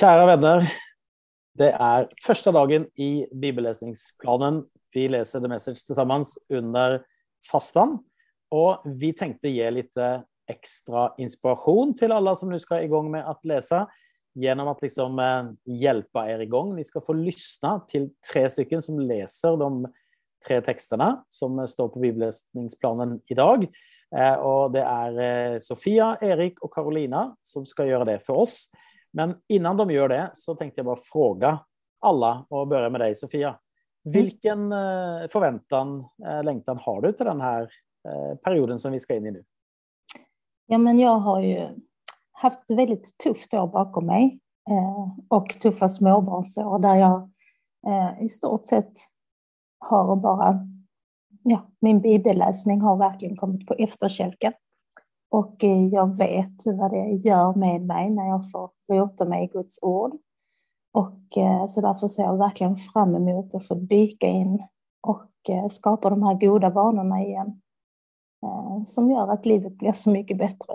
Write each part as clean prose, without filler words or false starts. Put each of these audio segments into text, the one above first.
Kära vänner, det är första dagen i bibelläsningsplanen. Vi läser The Message tillsammans under fastan. Och vi tänkte ge lite extra inspiration till alla som nu ska igång med att läsa. Genom att hjälpa er igång. Ni ska få lyssna till 3 stycken som läser de 3 texterna som står på bibelläsningsplanen idag. Och det är Sofia, Erik och Carolina som ska göra det för oss. Men innan de gör det så tänkte jag bara fråga alla och börja med dig Sofia. Vilken förväntan, längtan har du till den här perioden som vi ska in i nu? Ja, men jag har ju haft ett väldigt tufft år bakom mig och tuffa småbarnsår där jag i stort sett har bara, min bibelläsning har verkligen kommit på efterkälken. Och jag vet vad det gör med mig när jag får rota mig i Guds ord. Och så därför ser jag verkligen fram emot att få dyka in och skapa de här goda vanorna igen. Som gör att livet blir så mycket bättre.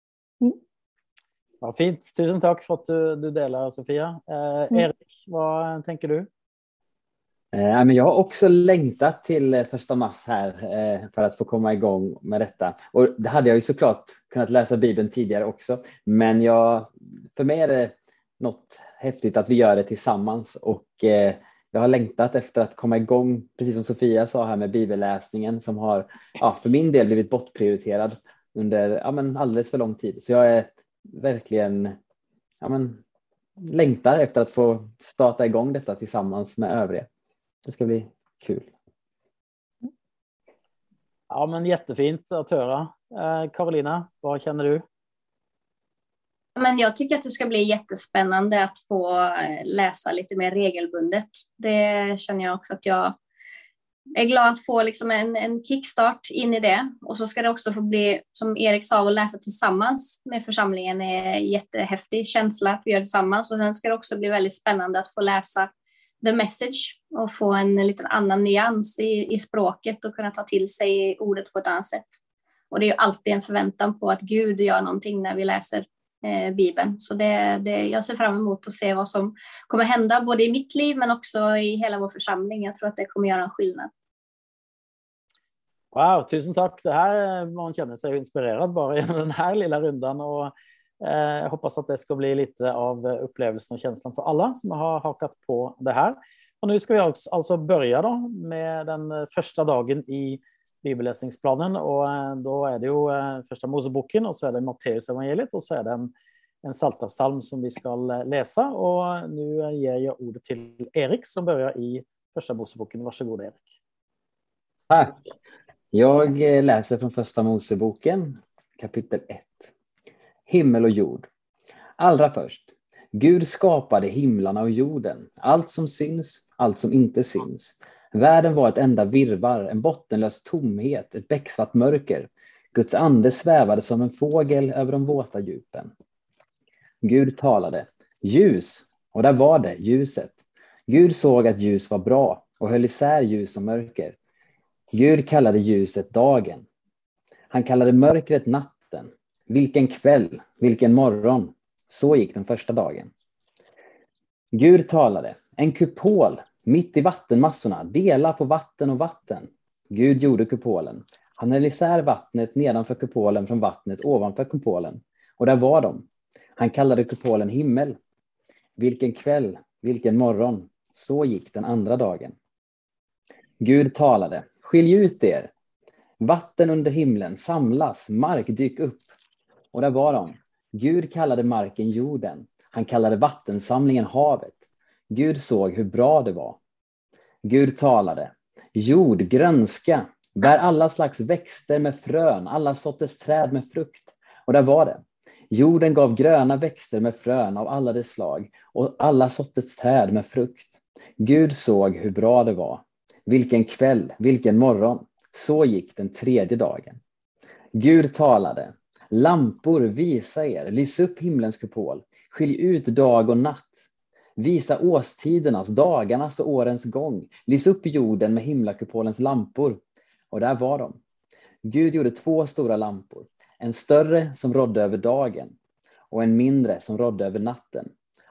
Ja, fint. Tusen tack för att du delar, Sofia. Erik, vad tänker du? Men jag har också längtat till första mars här för att få komma igång med detta. Och det hade jag ju såklart kunnat läsa Bibeln tidigare också. Men för mig är det något häftigt att vi gör det tillsammans. Och jag har längtat efter att komma igång, precis som Sofia sa här, med bibelläsningen som har för min del blivit bortprioriterad under alldeles för lång tid. Så jag är verkligen längtar efter att få starta igång detta tillsammans med övriga. Det ska bli kul. Ja, men jättefint att höra. Carolina, vad känner du? Men jag tycker att det ska bli jättespännande att få läsa lite mer regelbundet. Det känner jag också att jag är glad att få en kickstart in i det. Och så ska det också få bli, som Erik sa, att läsa tillsammans med församlingen är en jättehäftig känsla att vi gör tillsammans. Och sen ska det också bli väldigt spännande att få läsa The Message och få en liten annan nyans i språket och kunna ta till sig ordet på ett annat sätt. Och det är ju alltid en förväntan på att Gud gör någonting när vi läser Bibeln. Så jag ser fram emot att se vad som kommer hända både i mitt liv men också i hela vår församling. Jag tror att det kommer göra en skillnad. Wow, tusen tack. Det här, man känner sig inspirerad bara genom den här lilla rundan och jag hoppas att det ska bli lite av upplevelsen och känslan för alla som har hakat på det här. Och nu ska vi alltså börja då med den första dagen i bibelläsningsplanen och då är det ju första Moseboken och så är det Matteus evangeliet och så är det en psaltarpsalm som vi ska läsa och nu ger jag ordet till Erik som börjar i första Moseboken. Varsågod Erik. Tack. Jag läser från första Moseboken kapitel 1. Himmel och jord. Allra först, Gud skapade himlarna och jorden, allt som syns, allt som inte syns. Världen var ett enda virrvarr, en bottenlös tomhet, ett becksvart mörker. Guds ande svävade som en fågel över de våta djupen. Gud talade, ljus, och där var det, ljuset. Gud såg att ljus var bra och höll isär ljus och mörker. Gud kallade ljuset dagen. Han kallade mörkret natten. Vilken kväll, vilken morgon. Så gick den första dagen. Gud talade, en kupol mitt i vattenmassorna, dela på vatten och vatten. Gud gjorde kupolen. Han höll isär vattnet nedanför kupolen från vattnet ovanför kupolen. Och där var de. Han kallade kupolen himmel. Vilken kväll, vilken morgon. Så gick den andra dagen. Gud talade, skilj ut er. Vatten under himlen samlas, mark dyk upp. Och där var de. Gud kallade marken jorden. Han kallade vattensamlingen havet. Gud såg hur bra det var. Gud talade. Jord, grönska, bär alla slags växter med frön, alla sorters träd med frukt. Och där var det. Jorden gav gröna växter med frön av alla dess slag och alla sorters träd med frukt. Gud såg hur bra det var. Vilken kväll, vilken morgon. Så gick den tredje dagen. Gud talade. Lampor, visa er, lys upp himlens kupol. Skilj ut dag och natt. Visa årstidernas, dagarnas och årens gång. Lys upp jorden med himlakupolens lampor. Och där var de. Gud gjorde 2 stora lampor. En större som rådde över dagen och en mindre som rådde över natten.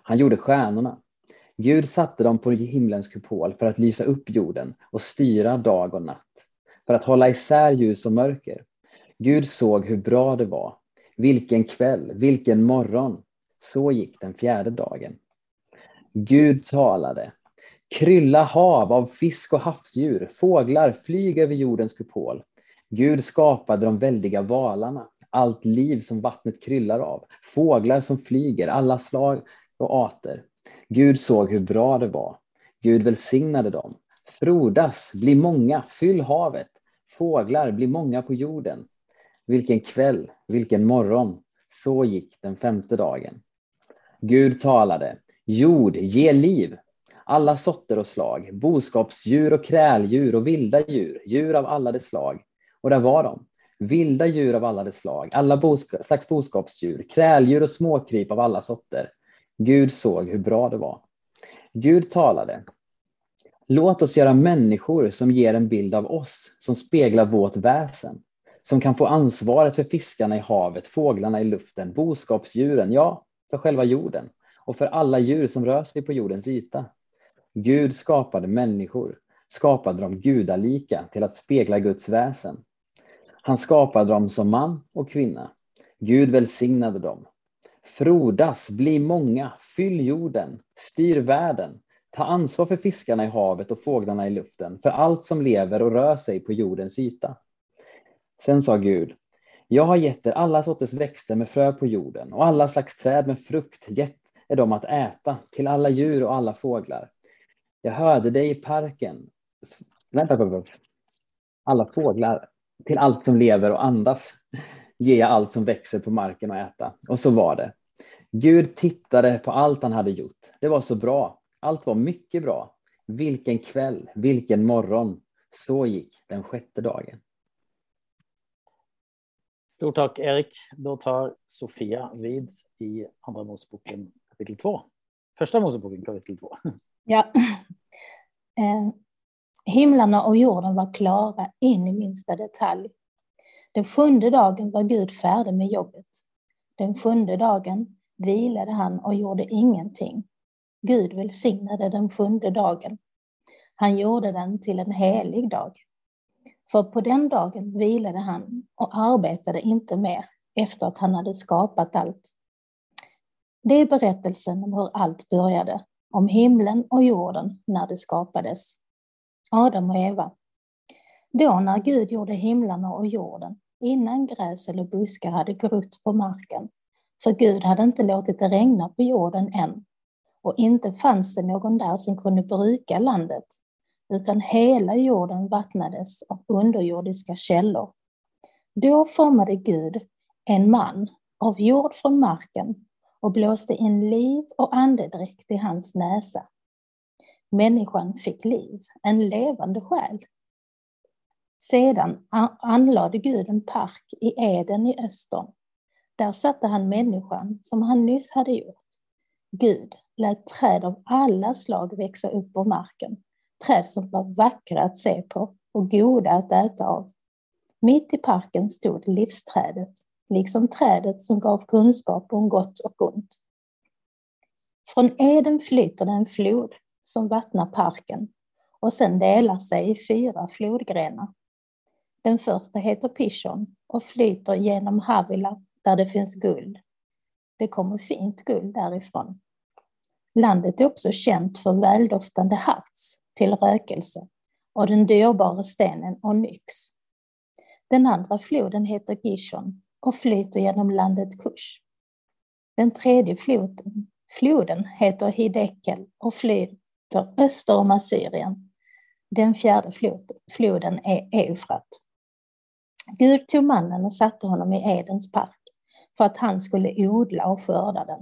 Han gjorde stjärnorna. Gud satte dem på himlens kupol för att lysa upp jorden och styra dag och natt. För att hålla isär ljus och mörker. Gud såg hur bra det var. Vilken kväll, vilken morgon. Så gick den 4:e dagen. Gud talade. Krylla hav av fisk och havsdjur. Fåglar flyg över jordens kupol. Gud skapade de väldiga valarna. Allt liv som vattnet kryllar av. Fåglar som flyger, alla slag och arter. Gud såg hur bra det var. Gud välsignade dem. Frodas, bli många, fyll havet. Fåglar, bli många på jorden. Vilken kväll, vilken morgon. Så gick den 5:e dagen. Gud talade. Jord, ge liv. Alla sorter och slag. Boskapsdjur och kräldjur och vilda djur. Djur av alla de slag. Och där var de. Vilda djur av alla de slag. Alla slags boskapsdjur. Kräldjur och småkryp av alla sorter. Gud såg hur bra det var. Gud talade. Låt oss göra människor som ger en bild av oss. Som speglar vårt väsen. Som kan få ansvaret för fiskarna i havet, fåglarna i luften, boskapsdjuren, ja, för själva jorden. Och för alla djur som rör sig på jordens yta. Gud skapade människor. Skapade dem gudalika till att spegla Guds väsen. Han skapade dem som man och kvinna. Gud välsignade dem. Frodas, bli många, fyll jorden, styr världen. Ta ansvar för fiskarna i havet och fåglarna i luften. För allt som lever och rör sig på jordens yta. Sen sa Gud, jag har gett er alla sorters växter med frö på jorden och alla slags träd med frukt gett er dem att äta till alla djur och alla fåglar. Jag hörde dig i parken. Alla fåglar, till allt som lever och andas, ger jag allt som växer på marken att äta. Och så var det. Gud tittade på allt han hade gjort. Det var så bra. Allt var mycket bra. Vilken kväll, vilken morgon. Så gick den 6:e dagen. Stort tack Erik. Då tar Sofia vid i Andra Moseboken kapitel 2. Första Moseboken kapitel 2. Ja. Himlarna och jorden var klara in i minsta detalj. Den 7:e dagen var Gud färdig med jobbet. Den 7:e dagen vilade han och gjorde ingenting. Gud välsignade den 7:e dagen. Han gjorde den till en helig dag. För på den dagen vilade han och arbetade inte mer efter att han hade skapat allt. Det är berättelsen om hur allt började, om himlen och jorden när det skapades. Adam och Eva. Då när Gud gjorde himlarna och jorden, innan gräs eller buskar hade grott på marken, för Gud hade inte låtit det regna på jorden än, och inte fanns det någon där som kunde bruka landet, utan hela jorden vattnades av underjordiska källor. Då formade Gud en man av jord från marken och blåste in liv och andedräkt i hans näsa. Människan fick liv, en levande själ. Sedan anlade Gud en park i Eden i östern. Där satte han människan som han nyss hade gjort. Gud lät träd av alla slag växa upp på marken. Träd som var vackra att se på och goda att äta av. Mitt i parken stod livsträdet, liksom trädet som gav kunskap om gott och ont. Från Eden flyter det en flod som vattnar parken och sen delar sig i 4 flodgrenar. Den första heter Pishon och flyter genom Havila där det finns guld. Det kommer fint guld därifrån. Landet är också känt för väldoftande harts till rökelse och den dyrbara stenen onyx. Den andra floden heter Gishon och flyter genom landet Kush. Den tredje floden heter Hiddekel och flyter öster om Assyrien. Den 4:e floden är Eufrat. Gud tog mannen och satte honom i Edens park för att han skulle odla och skörda den.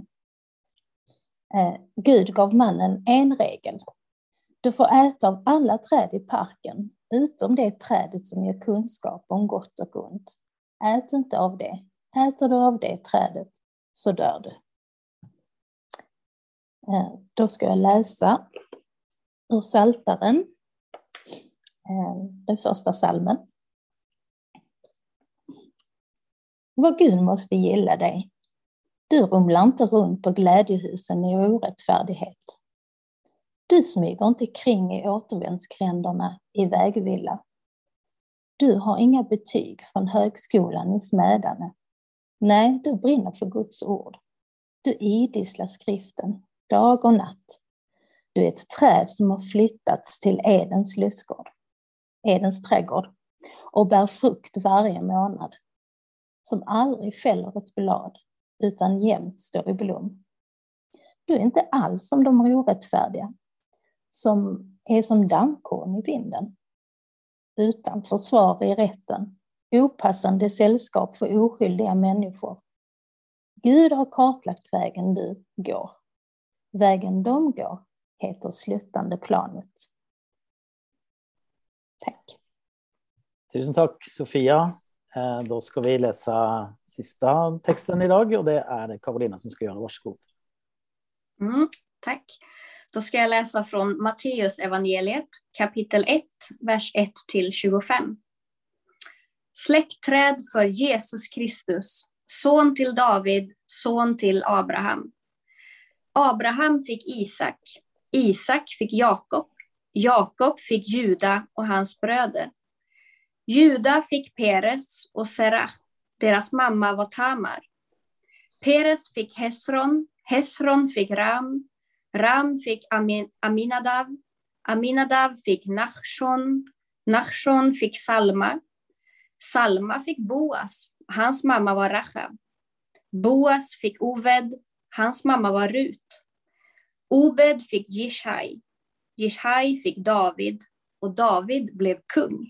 Gud gav mannen en regel. Du får äta av alla träd i parken, utom det trädet som ger kunskap om gott och ont. Ät inte av det. Äter du av det trädet så dör du. Då ska jag läsa ur Psaltaren, den första psalmen. Vad Gud måste gilla dig. Du rumlar inte runt på glädjehusen i orättfärdighet. Du smyger inte kring i återvändsgränderna i vägvilla. Du har inga betyg från högskolan i Smädane. Nej, du brinner för Guds ord. Du idisslar skriften, dag och natt. Du är ett träd som har flyttats till Edens trädgård, och bär frukt varje månad. Som aldrig fäller ett blad, utan jämt står i blom. Du är inte alls som de orättfärdiga, som är som dammkorn i vinden. Utan försvar i rätten, opassande sällskap för oskyldiga människor. Gud har kartlagt vägen du går. Vägen de går heter sluttande planet. Tack. Tusen tack, Sofia. Då ska vi läsa sista texten idag, och det är Karolina som ska göra. Varsågod. Tack. Då ska jag läsa från Matteus evangeliet, kapitel 1, vers 1-25. Släktträd för Jesus Kristus, son till David, son till Abraham. Abraham fick Isak, Isak fick Jakob, Jakob fick Juda och hans bröder. Juda fick Peres och Serach, deras mamma var Tamar. Peres fick Hesron, Hesron fick Ram, Ram fick Aminadav, Aminadav fick Nachshon, Nachshon fick Salma, Salma fick Boas, hans mamma var Rachab. Boas fick Oved, hans mamma var Rut. Obed fick Jishai, Jishai fick David, och David blev kung.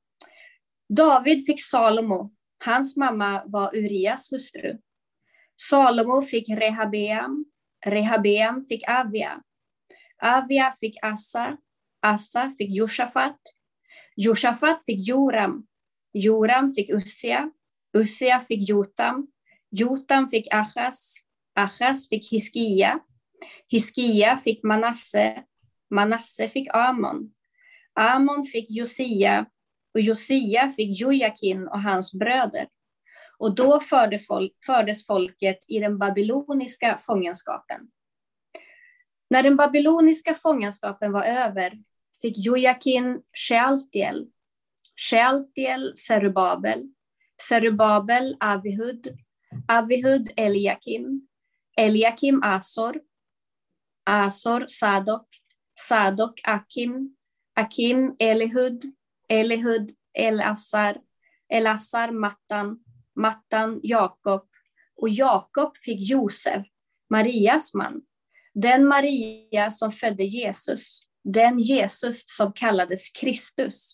David fick Salomo, hans mamma var Urias hustru. Salomo fick Rehabeam, Rehabeam fick Avia. Avia fick Assa, Assa fick Josafat. Josafat fick Joram, Joram fick Ussia, Ussia fick Jotam, Jotam fick Achas, Achas fick Hiskia, Hiskia fick Manasse, Manasse fick Amon, Amon fick Josia, och Josia fick Jojakin och hans bröder. Och då fördes folket i den babyloniska fångenskapen. När den babyloniska fångenskapen var över fick Jojakin Shealtiel, Shealtiel Serubabel, Serubabel Avihud, Avihud Eliakim, Eliakim Asor, Asor Sadok, Sadok Akim, Akim Elihud, Elihud Elassar, Elassar Mattan, Mattan Jakob, och Jakob fick Josef, Marias man, den Maria som födde Jesus, den Jesus som kallades Kristus.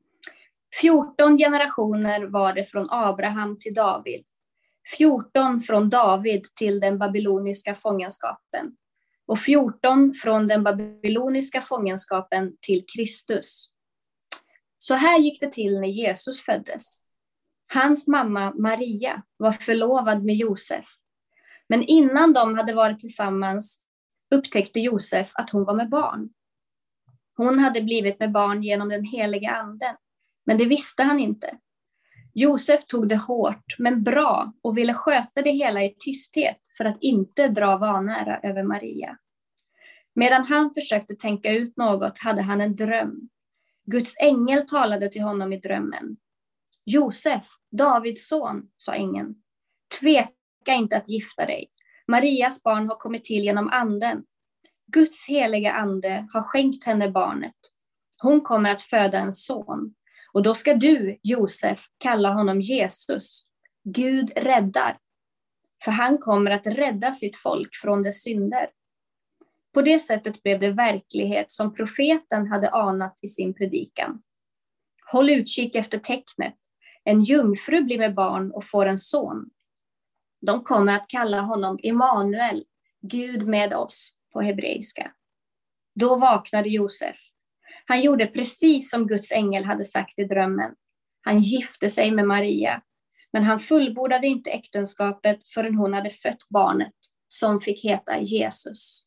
14 generationer var det från Abraham till David, 14 från David till den babyloniska fångenskapen, och 14 från den babyloniska fångenskapen till Kristus. Så här gick det till när Jesus föddes. Hans mamma Maria var förlovad med Josef. Men innan de hade varit tillsammans upptäckte Josef att hon var med barn. Hon hade blivit med barn genom den heliga anden, men det visste han inte. Josef tog det hårt men bra och ville sköta det hela i tysthet för att inte dra vanära över Maria. Medan han försökte tänka ut något hade han en dröm. Guds ängel talade till honom i drömmen. Josef, Davids son, sa ängeln. Tveka inte att gifta dig. Marias barn har kommit till genom anden. Guds heliga ande har skänkt henne barnet. Hon kommer att föda en son. Och då ska du, Josef, kalla honom Jesus. Gud räddar. För han kommer att rädda sitt folk från dess synder. På det sättet blev det verklighet som profeten hade anat i sin predikan. Håll utkik efter tecknet. En jungfru blir med barn och får en son. De kommer att kalla honom Immanuel, Gud med oss på hebreiska. Då vaknade Josef. Han gjorde precis som Guds ängel hade sagt i drömmen. Han gifte sig med Maria, men han fullbordade inte äktenskapet förrän hon hade fött barnet som fick heta Jesus.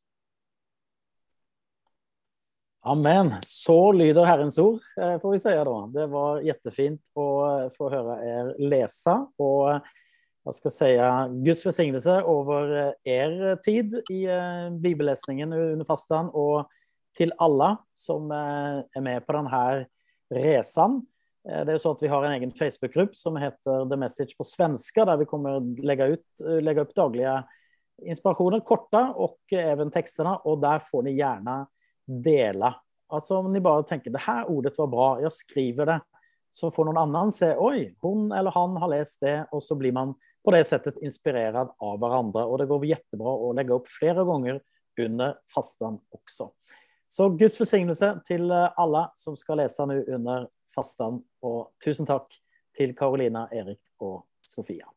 Amen. Så lyder Herrens ord, får vi säga då. Det var jättefint att få höra er läsa. Och jag ska säga Guds välsignelse över er tid i bibelläsningen under fastan och till alla som är med på den här resan. Det är så att vi har en egen Facebookgrupp som heter The Message på svenska där vi kommer lägga upp dagliga inspirationer, korta och även texterna, och där får ni gärna dela. Alltså om ni bara tänker det här ordet var bra, jag skriver det, så får någon annan säga oj, hon eller han har läst det, och så blir man på det sättet inspirerad av varandra, och det går jättebra att lägga upp flera gånger under fastan också. Så Guds välsignelse till alla som ska läsa nu under fastan, och tusen tack till Carolina, Erik och Sofia.